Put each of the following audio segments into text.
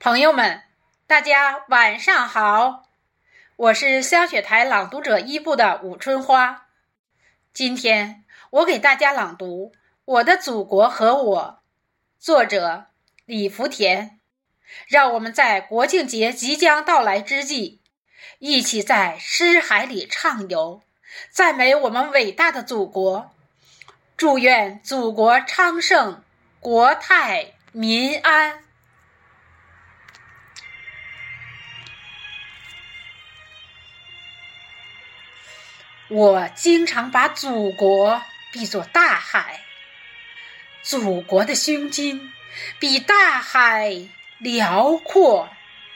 朋友们，大家晚上好，我是香雪台朗读者一部的武春花。今天我给大家朗读《我的祖国和我》，作者李福田。让我们在国庆节即将到来之际，一起在诗海里畅游，赞美我们伟大的祖国，祝愿祖国昌盛，国泰民安。我经常把祖国比作大海，祖国的胸襟比大海辽阔。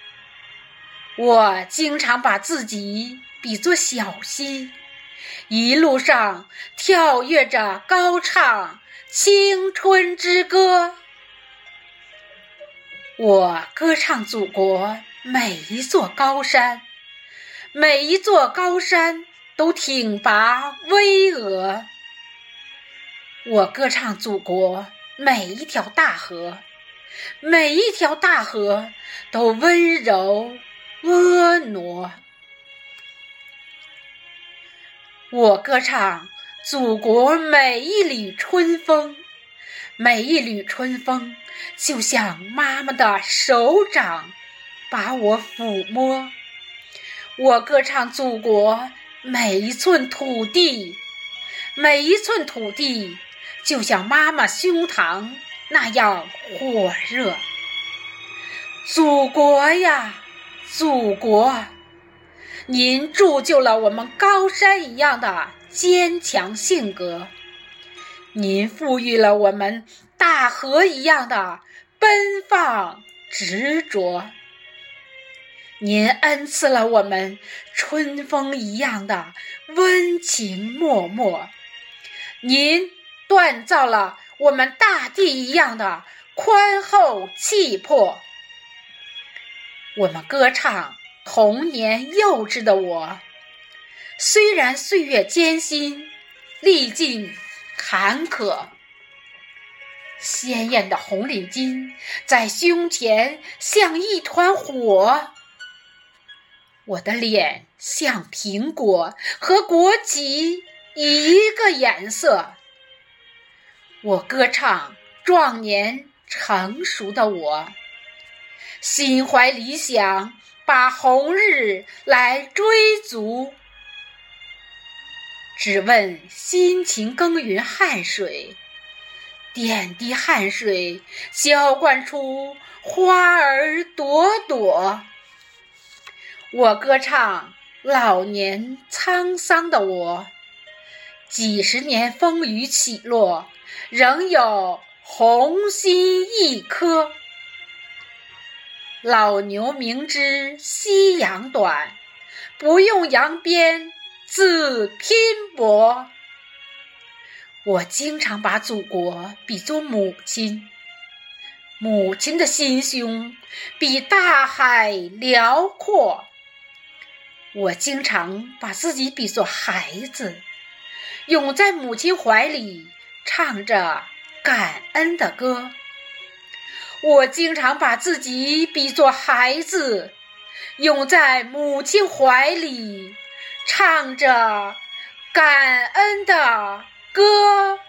我经常把自己比作小溪，一路上跳跃着高唱青春之歌。我歌唱祖国每一座高山，每一座高山都挺拔巍峨。我歌唱祖国每一条大河，每一条大河都温柔婀娜。我歌唱祖国每一缕春风，每一缕春风就像妈妈的手掌把我抚摸。我歌唱祖国每一寸土地，每一寸土地就像妈妈胸膛那样火热。祖国呀，祖国，您铸就了我们高山一样的坚强性格，您赋予了我们大河一样的奔放执着，您恩赐了我们春风一样的温情脉脉，您锻造了我们大地一样的宽厚气魄。我们歌唱童年幼稚的我，虽然岁月艰辛，历尽坎坷，鲜艳的红领巾在胸前像一团火，我的脸像苹果和国旗一个颜色。我歌唱壮年成熟的我，心怀理想，把红日来追逐。只问辛勤耕耘汗水，点滴汗水浇灌出花儿朵朵。我歌唱老年沧桑的我，几十年风雨起落，仍有红心一颗。老牛明知夕阳短，不用扬鞭自拼搏。我经常把祖国比作母亲，母亲的心胸比大海辽阔。我经常把自己比作孩子，拥在母亲怀里，唱着感恩的歌。我经常把自己比作孩子，拥在母亲怀里，唱着感恩的歌。